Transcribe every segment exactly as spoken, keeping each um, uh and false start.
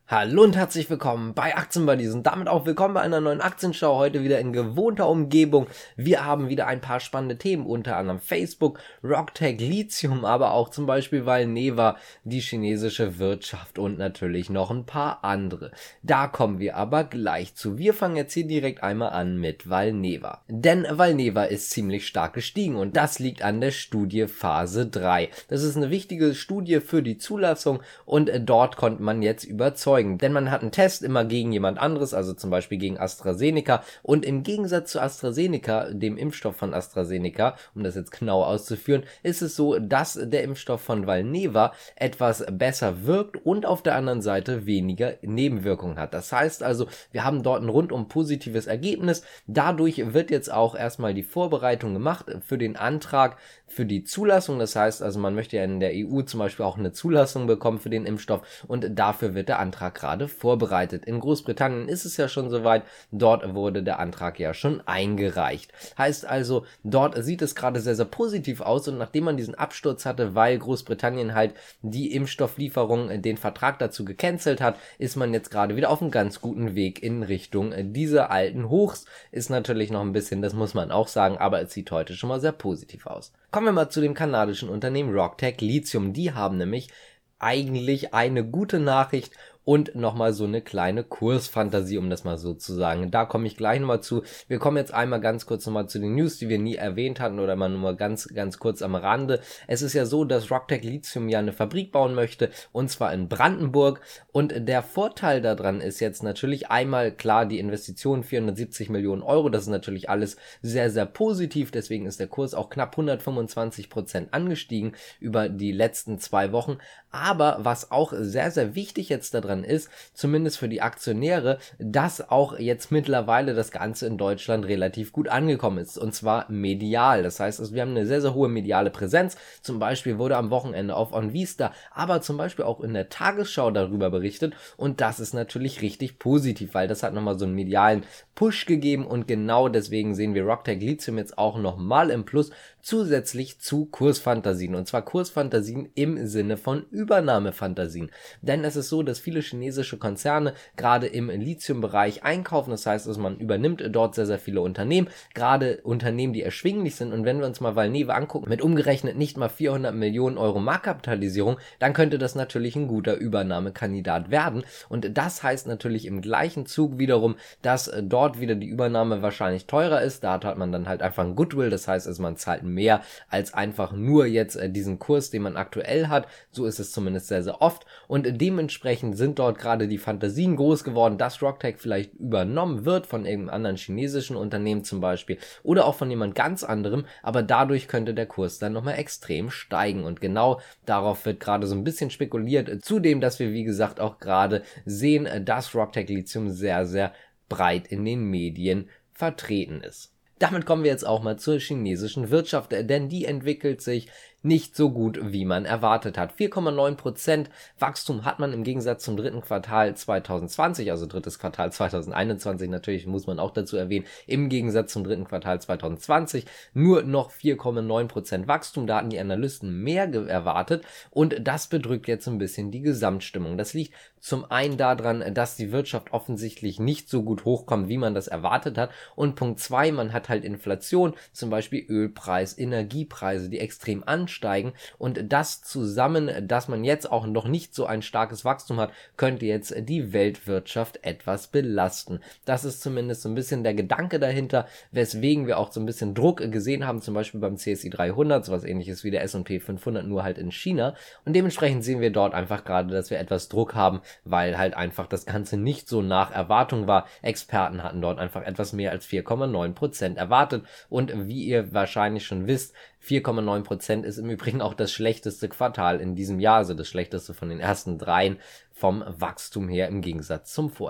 Hallo und herzlich willkommen bei Aktienbuddies und damit auch willkommen bei einer neuen Aktienschau, heute wieder in gewohnter Umgebung. Wir haben wieder ein paar spannende Themen, unter anderem Facebook, Rocktech, Lithium, aber auch zum Beispiel Valneva, die chinesische Wirtschaft und natürlich noch ein paar andere. Da kommen wir aber gleich zu. Wir fangen jetzt hier direkt einmal an mit Valneva. Denn Valneva ist ziemlich stark gestiegen und das liegt an der Studie Phase drei. Das ist eine wichtige Studie für die Zulassung und dort konnte man jetzt überzeugen. Denn man hat einen Test immer gegen jemand anderes, also zum Beispiel gegen AstraZeneca, und im Gegensatz zu AstraZeneca, dem Impfstoff von AstraZeneca, um das jetzt genau auszuführen, ist es so, dass der Impfstoff von Valneva etwas besser wirkt und auf der anderen Seite weniger Nebenwirkungen hat. Das heißt also, wir haben dort ein rundum positives Ergebnis. Dadurch wird jetzt auch erstmal die Vorbereitung gemacht für den Antrag für die Zulassung. Das heißt also, man möchte ja in der E U zum Beispiel auch eine Zulassung bekommen für den Impfstoff und dafür wird der Antrag gerade vorbereitet. In Großbritannien ist es ja schon soweit, dort wurde der Antrag ja schon eingereicht. Heißt also, dort sieht es gerade sehr, sehr positiv aus und nachdem man diesen Absturz hatte, weil Großbritannien halt die Impfstofflieferung, den Vertrag dazu gecancelt hat, ist man jetzt gerade wieder auf einem ganz guten Weg in Richtung dieser alten Hochs. Ist natürlich noch ein bisschen, das muss man auch sagen, aber es sieht heute schon mal sehr positiv aus. Kommen wir mal zu dem kanadischen Unternehmen Rocktech Lithium. Die haben nämlich eigentlich eine gute Nachricht und nochmal so eine kleine Kursfantasie, um das mal so zu sagen. Da komme ich gleich nochmal zu. Wir kommen jetzt einmal ganz kurz nochmal zu den News, die wir nie erwähnt hatten oder mal nur mal ganz, ganz kurz am Rande. Es ist ja so, dass Rocktech Lithium ja eine Fabrik bauen möchte und zwar in Brandenburg und der Vorteil daran ist jetzt natürlich einmal klar die Investition vierhundertsiebzig Millionen Euro. Das ist natürlich alles sehr, sehr positiv. Deswegen ist der Kurs auch knapp hundertfünfundzwanzig Prozent angestiegen über die letzten zwei Wochen. Aber was auch sehr, sehr wichtig jetzt daran ist, zumindest für die Aktionäre, dass auch jetzt mittlerweile das Ganze in Deutschland relativ gut angekommen ist, und zwar medial. Das heißt, also wir haben eine sehr, sehr hohe mediale Präsenz. Zum Beispiel wurde am Wochenende auf OnVista, aber zum Beispiel auch in der Tagesschau darüber berichtet und das ist natürlich richtig positiv, weil das hat nochmal so einen medialen Push gegeben und genau deswegen sehen wir Rocktech Lithium jetzt auch nochmal im Plus zusätzlich zu Kursfantasien, und zwar Kursfantasien im Sinne von Übernahmefantasien. Denn es ist so, dass viele chinesische Konzerne gerade im Lithium-Bereich einkaufen, das heißt, also man übernimmt dort sehr, sehr viele Unternehmen, gerade Unternehmen, die erschwinglich sind, und wenn wir uns mal Valneva angucken, mit umgerechnet nicht mal vierhundert Millionen Euro Marktkapitalisierung, dann könnte das natürlich ein guter Übernahmekandidat werden und das heißt natürlich im gleichen Zug wiederum, dass dort wieder die Übernahme wahrscheinlich teurer ist, da hat man dann halt einfach ein Goodwill, das heißt, also man zahlt mehr als einfach nur jetzt äh, diesen Kurs, den man aktuell hat, so ist es zumindest sehr, sehr oft und dementsprechend sind dort gerade die Fantasien groß geworden, dass Rocktech vielleicht übernommen wird von irgendeinem anderen chinesischen Unternehmen zum Beispiel oder auch von jemand ganz anderem, aber dadurch könnte der Kurs dann nochmal extrem steigen und genau darauf wird gerade so ein bisschen spekuliert, zudem, dass wir wie gesagt auch gerade sehen, dass Rocktech Lithium sehr, sehr breit in den Medien vertreten ist. Damit kommen wir jetzt auch mal zur chinesischen Wirtschaft, denn die entwickelt sich nicht so gut, wie man erwartet hat. vier Komma neun Prozent Wachstum hat man im Gegensatz zum dritten Quartal zwanzig zwanzig, also drittes Quartal zwanzig einundzwanzig, natürlich muss man auch dazu erwähnen, im Gegensatz zum dritten Quartal zwanzig zwanzig nur noch vier Komma neun Prozent Wachstum, da hatten die Analysten mehr erwartet und das bedrückt jetzt ein bisschen die Gesamtstimmung. Das liegt zum einen daran, dass die Wirtschaft offensichtlich nicht so gut hochkommt, wie man das erwartet hat und Punkt zwei, man hat halt Inflation, zum Beispiel Ölpreis, Energiepreise, die extrem ansteigen und das zusammen, dass man jetzt auch noch nicht so ein starkes Wachstum hat, könnte jetzt die Weltwirtschaft etwas belasten. Das ist zumindest so ein bisschen der Gedanke dahinter, weswegen wir auch so ein bisschen Druck gesehen haben, zum Beispiel beim C S I dreihundert, sowas ähnliches wie der S und P fünfhundert, nur halt in China und dementsprechend sehen wir dort einfach gerade, dass wir etwas Druck haben, weil halt einfach das Ganze nicht so nach Erwartung war. Experten hatten dort einfach etwas mehr als vier Komma neun Prozent erwartet und wie ihr wahrscheinlich schon wisst, vier Komma neun Prozent ist im Übrigen auch das schlechteste Quartal in diesem Jahr, also das schlechteste von den ersten dreien vom Wachstum her im Gegensatz zum Vorjahr.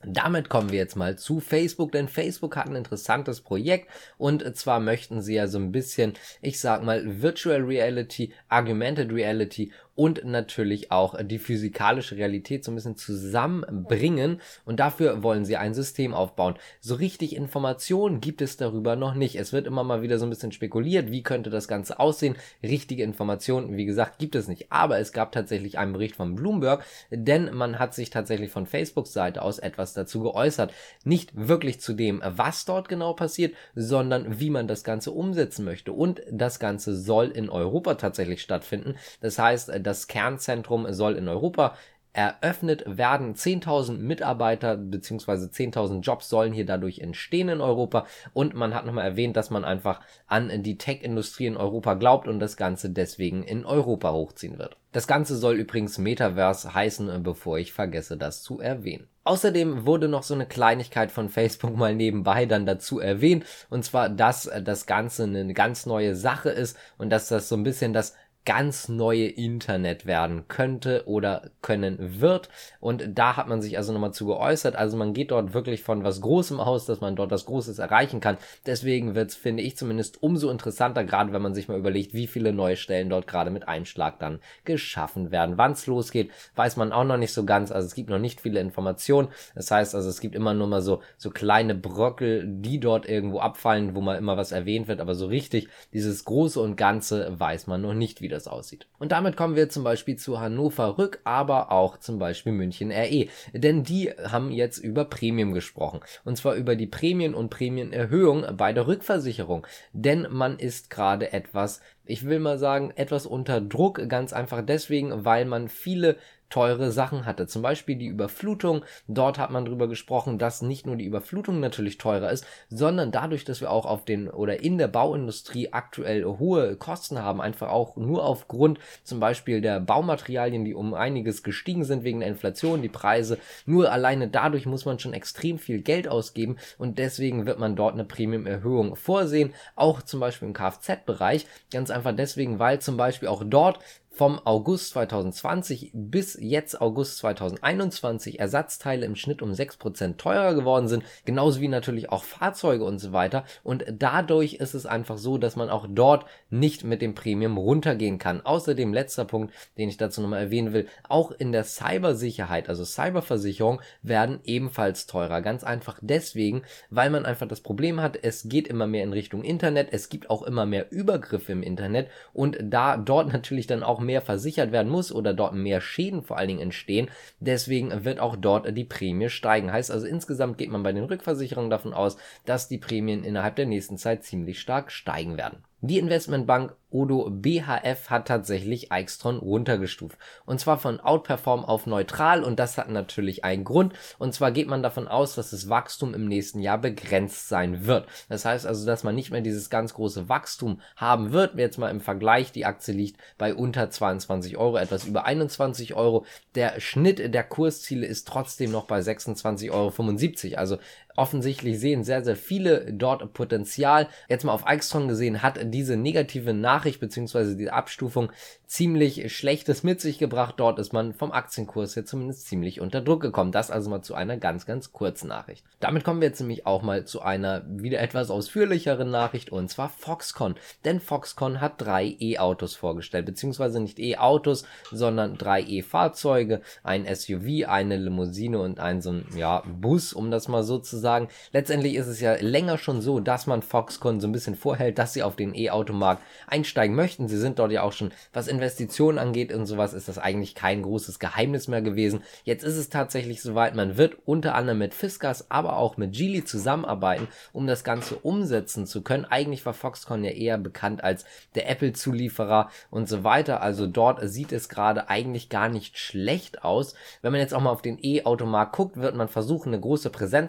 Damit kommen wir jetzt mal zu Facebook, denn Facebook hat ein interessantes Projekt und zwar möchten sie ja so ein bisschen, ich sag mal, Virtual Reality, Augmented Reality und natürlich auch die physikalische Realität so ein bisschen zusammenbringen und dafür wollen sie ein System aufbauen. So richtig Informationen gibt es darüber noch nicht. Es wird immer mal wieder so ein bisschen spekuliert, wie könnte das Ganze aussehen. Richtige Informationen, wie gesagt, gibt es nicht. Aber es gab tatsächlich einen Bericht von Bloomberg, denn man hat sich tatsächlich von Facebooks Seite aus etwas dazu geäußert. Nicht wirklich zu dem, was dort genau passiert, sondern wie man das Ganze umsetzen möchte. Und das Ganze soll in Europa tatsächlich stattfinden. Das heißt, das Kernzentrum soll in Europa eröffnet werden. zehntausend Mitarbeiter bzw. zehntausend Jobs sollen hier dadurch entstehen in Europa und man hat nochmal erwähnt, dass man einfach an die Tech-Industrie in Europa glaubt und das Ganze deswegen in Europa hochziehen wird. Das Ganze soll übrigens Metaverse heißen, bevor ich vergesse, das zu erwähnen. Außerdem wurde noch so eine Kleinigkeit von Facebook mal nebenbei dann dazu erwähnt, und zwar, dass das Ganze eine ganz neue Sache ist und dass das so ein bisschen das ganz neue Internet werden könnte oder können wird. Und da hat man sich also nochmal zu geäußert. Also man geht dort wirklich von was Großem aus, dass man dort was Großes erreichen kann. Deswegen wird es, finde ich zumindest, umso interessanter, gerade wenn man sich mal überlegt, wie viele neue Stellen dort gerade mit Einschlag dann geschaffen werden. Wann es losgeht, weiß man auch noch nicht so ganz. Also es gibt noch nicht viele Informationen. Das heißt also, es gibt immer nur mal so, so kleine Bröckel, die dort irgendwo abfallen, wo mal immer was erwähnt wird. Aber so richtig, dieses Große und Ganze weiß man noch nicht, wie das aussieht. Und damit kommen wir zum Beispiel zu Hannover Rück, aber auch zum Beispiel München R E. Denn die haben jetzt über Premium gesprochen. Und zwar über die Prämien und Prämienerhöhung bei der Rückversicherung. Denn man ist gerade etwas, ich will mal sagen, etwas unter Druck, ganz einfach deswegen, weil man viele teure Sachen hatte. Zum Beispiel die Überflutung. Dort hat man drüber gesprochen, dass nicht nur die Überflutung natürlich teurer ist, sondern dadurch, dass wir auch auf den oder in der Bauindustrie aktuell hohe Kosten haben, einfach auch nur aufgrund zum Beispiel der Baumaterialien, die um einiges gestiegen sind wegen der Inflation, die Preise. Nur alleine dadurch muss man schon extrem viel Geld ausgeben und deswegen wird man dort eine Premium-Erhöhung vorsehen, auch zum Beispiel im Kfz-Bereich. Ganz einfach deswegen, weil zum Beispiel auch dort vom August zweitausendzwanzig bis jetzt August zweitausendeinundzwanzig Ersatzteile im Schnitt um sechs Prozent teurer geworden sind, genauso wie natürlich auch Fahrzeuge und so weiter. Und dadurch ist es einfach so, dass man auch dort nicht mit dem Premium runtergehen kann. Außerdem, letzter Punkt, den ich dazu nochmal erwähnen will, auch in der Cybersicherheit, also Cyberversicherung, werden ebenfalls teurer. Ganz einfach deswegen, weil man einfach das Problem hat, es geht immer mehr in Richtung Internet, es gibt auch immer mehr Übergriffe im Internet und da dort natürlich dann auch mehr versichert werden muss oder dort mehr Schäden vor allen Dingen entstehen, deswegen wird auch dort die Prämie steigen. Heißt also, insgesamt geht man bei den Rückversicherungen davon aus, dass die Prämien innerhalb der nächsten Zeit ziemlich stark steigen werden. Die Investmentbank Oddo B H F hat tatsächlich Aixtron runtergestuft. Und zwar von Outperform auf Neutral und das hat natürlich einen Grund. Und zwar geht man davon aus, dass das Wachstum im nächsten Jahr begrenzt sein wird. Das heißt also, dass man nicht mehr dieses ganz große Wachstum haben wird. Jetzt mal im Vergleich, die Aktie liegt bei unter zweiundzwanzig Euro, etwas über einundzwanzig Euro. Der Schnitt der Kursziele ist trotzdem noch bei sechsundzwanzig Euro fünfundsiebzig. Also offensichtlich sehen sehr, sehr viele dort Potenzial. Jetzt mal auf Aixtron gesehen, hat diese negative Nachricht bzw. die Abstufung ziemlich Schlechtes mit sich gebracht. Dort ist man vom Aktienkurs jetzt zumindest ziemlich unter Druck gekommen. Das also mal zu einer ganz, ganz kurzen Nachricht. Damit kommen wir jetzt nämlich auch mal zu einer wieder etwas ausführlicheren Nachricht und zwar Foxconn. Denn Foxconn hat drei E-Autos vorgestellt, beziehungsweise nicht E-Autos, sondern drei E-Fahrzeuge, ein S U V, eine Limousine und ein so ein ja, Bus, um das mal so zu sagen. Letztendlich ist es ja länger schon so, dass man Foxconn so ein bisschen vorhält, dass sie auf den E-Automarkt einsteigen möchten. Sie sind dort ja auch schon, was Investitionen angeht und sowas, ist das eigentlich kein großes Geheimnis mehr gewesen. Jetzt ist es tatsächlich soweit, man wird unter anderem mit Fiskars, aber auch mit Geely zusammenarbeiten, um das Ganze umsetzen zu können. Eigentlich war Foxconn ja eher bekannt als der Apple-Zulieferer und so weiter. Also dort sieht es gerade eigentlich gar nicht schlecht aus. Wenn man jetzt auch mal auf den E-Automarkt guckt, wird man versuchen, eine große Präsenz zu haben.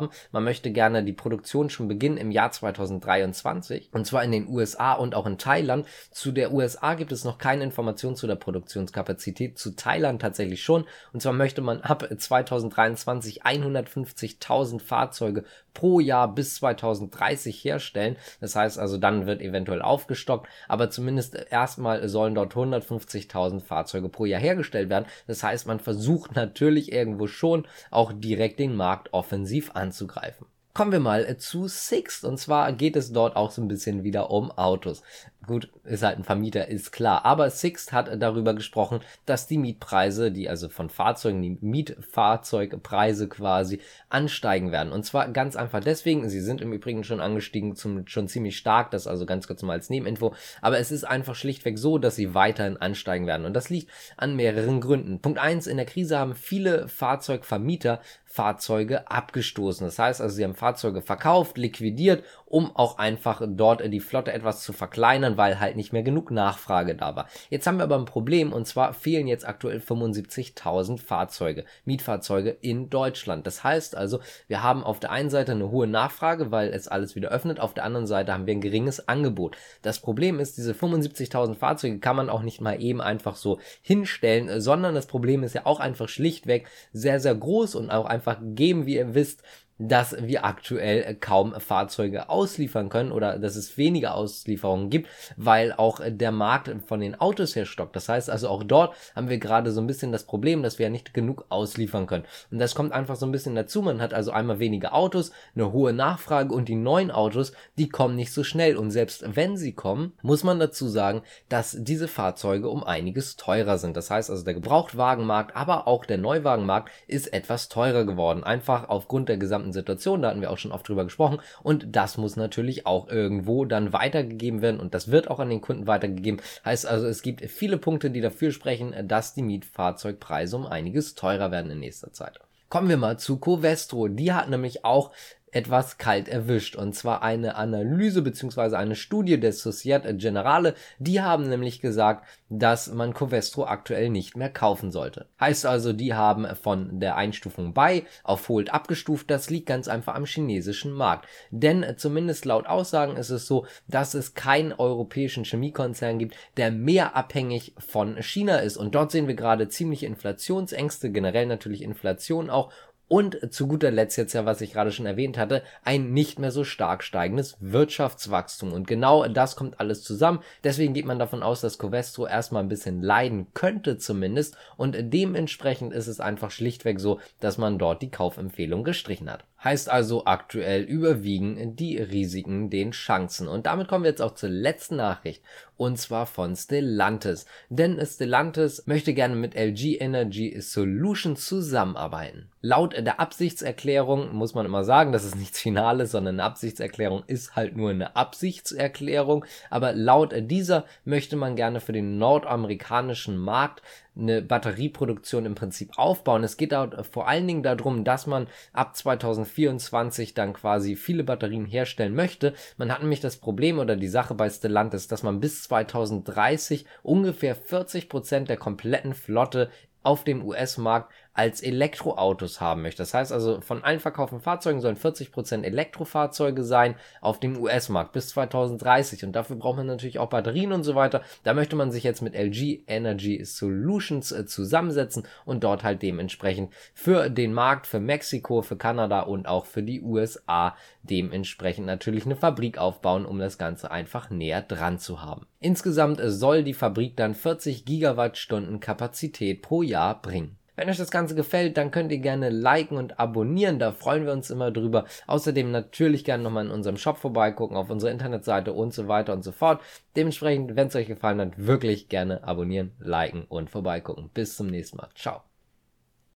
haben. Man möchte gerne die Produktion schon beginnen im Jahr zweitausenddreiundzwanzig, und zwar in den U S A und auch in Thailand. Zu der U S A gibt es noch keine Informationen zu der Produktionskapazität, zu Thailand tatsächlich schon, und zwar möchte man ab zweitausenddreiundzwanzig hundertfünfzigtausend Fahrzeuge pro Jahr bis zweitausenddreißig herstellen. Das heißt also, dann wird eventuell aufgestockt, aber zumindest erstmal sollen dort hundertfünfzigtausend Fahrzeuge pro Jahr hergestellt werden. Das heißt, man versucht natürlich irgendwo schon auch direkt den Markt offensiv anzugreifen. Kommen wir mal zu Sixt, und zwar geht es dort auch so ein bisschen wieder um Autos. Gut, ist halt ein Vermieter, ist klar, aber Sixt hat darüber gesprochen, dass die Mietpreise, die also von Fahrzeugen, die Mietfahrzeugpreise quasi ansteigen werden. Und zwar ganz einfach deswegen, sie sind im Übrigen schon angestiegen, zum, schon ziemlich stark, das also ganz kurz mal als Nebeninfo, aber es ist einfach schlichtweg so, dass sie weiterhin ansteigen werden, und das liegt an mehreren Gründen. Punkt eins, in der Krise haben viele Fahrzeugvermieter Fahrzeuge abgestoßen. Das heißt also, sie haben Fahrzeuge verkauft, liquidiert, um auch einfach dort die Flotte etwas zu verkleinern, weil halt nicht mehr genug Nachfrage da war. Jetzt haben wir aber ein Problem, und zwar fehlen jetzt aktuell fünfundsiebzigtausend Fahrzeuge, Mietfahrzeuge in Deutschland. Das heißt also, wir haben auf der einen Seite eine hohe Nachfrage, weil es alles wieder öffnet, auf der anderen Seite haben wir ein geringes Angebot. Das Problem ist, diese fünfundsiebzigtausend Fahrzeuge kann man auch nicht mal eben einfach so hinstellen, sondern das Problem ist ja auch einfach schlichtweg sehr, sehr groß und auch einfach gegeben, wie ihr wisst, dass wir aktuell kaum Fahrzeuge ausliefern können oder dass es weniger Auslieferungen gibt, weil auch der Markt von den Autos her stockt. Das heißt also, auch dort haben wir gerade so ein bisschen das Problem, dass wir nicht genug ausliefern können. Und das kommt einfach so ein bisschen dazu. Man hat also einmal weniger Autos, eine hohe Nachfrage, und die neuen Autos, die kommen nicht so schnell. Und selbst wenn sie kommen, muss man dazu sagen, dass diese Fahrzeuge um einiges teurer sind. Das heißt also, der Gebrauchtwagenmarkt, aber auch der Neuwagenmarkt ist etwas teurer geworden. Einfach aufgrund der gesamten Situation, da hatten wir auch schon oft drüber gesprochen, und das muss natürlich auch irgendwo dann weitergegeben werden, und das wird auch an den Kunden weitergegeben. Heißt also, es gibt viele Punkte, die dafür sprechen, dass die Mietfahrzeugpreise um einiges teurer werden in nächster Zeit. Kommen wir mal zu Covestro. Die hat nämlich auch etwas kalt erwischt, und zwar eine Analyse bzw. eine Studie der Societe Generale. Die haben nämlich gesagt, dass man Covestro aktuell nicht mehr kaufen sollte. Heißt also, die haben von der Einstufung Buy auf Hold abgestuft. Das liegt ganz einfach am chinesischen Markt. Denn zumindest laut Aussagen ist es so, dass es keinen europäischen Chemiekonzern gibt, der mehr abhängig von China ist. Und dort sehen wir gerade ziemliche Inflationsängste, generell natürlich Inflation auch. Und zu guter Letzt jetzt ja, was ich gerade schon erwähnt hatte, ein nicht mehr so stark steigendes Wirtschaftswachstum. Und genau das kommt alles zusammen. Deswegen geht man davon aus, dass Covestro erstmal ein bisschen leiden könnte zumindest. Und dementsprechend ist es einfach schlichtweg so, dass man dort die Kaufempfehlung gestrichen hat. Heißt also, aktuell überwiegen die Risiken den Chancen. Und damit kommen wir jetzt auch zur letzten Nachricht, und zwar von Stellantis. Denn Stellantis möchte gerne mit L G Energy Solutions zusammenarbeiten. Laut der Absichtserklärung muss man immer sagen, das ist nichts Finales, sondern eine Absichtserklärung ist halt nur eine Absichtserklärung. Aber laut dieser möchte man gerne für den nordamerikanischen Markt eine Batterieproduktion im Prinzip aufbauen. Es geht dort vor allen Dingen darum, dass man ab zweitausendvierundzwanzig dann quasi viele Batterien herstellen möchte. Man hat nämlich das Problem oder die Sache bei Stellantis, dass man bis zweitausenddreißig ungefähr vierzig Prozent der kompletten Flotte auf dem U S-Markt als Elektroautos haben möchte. Das heißt also, von allen verkauften Fahrzeugen sollen vierzig Prozent Elektrofahrzeuge sein auf dem U S-Markt bis zweitausenddreißig, und dafür braucht man natürlich auch Batterien und so weiter. Da möchte man sich jetzt mit L G Energy Solutions äh, zusammensetzen und dort halt dementsprechend für den Markt, für Mexiko, für Kanada und auch für die U S A dementsprechend natürlich eine Fabrik aufbauen, um das Ganze einfach näher dran zu haben. Insgesamt soll die Fabrik dann vierzig Gigawattstunden Kapazität pro Jahr bringen. Wenn euch das Ganze gefällt, dann könnt ihr gerne liken und abonnieren, da freuen wir uns immer drüber. Außerdem natürlich gerne nochmal in unserem Shop vorbeigucken, auf unserer Internetseite und so weiter und so fort. Dementsprechend, wenn es euch gefallen hat, wirklich gerne abonnieren, liken und vorbeigucken. Bis zum nächsten Mal. Ciao.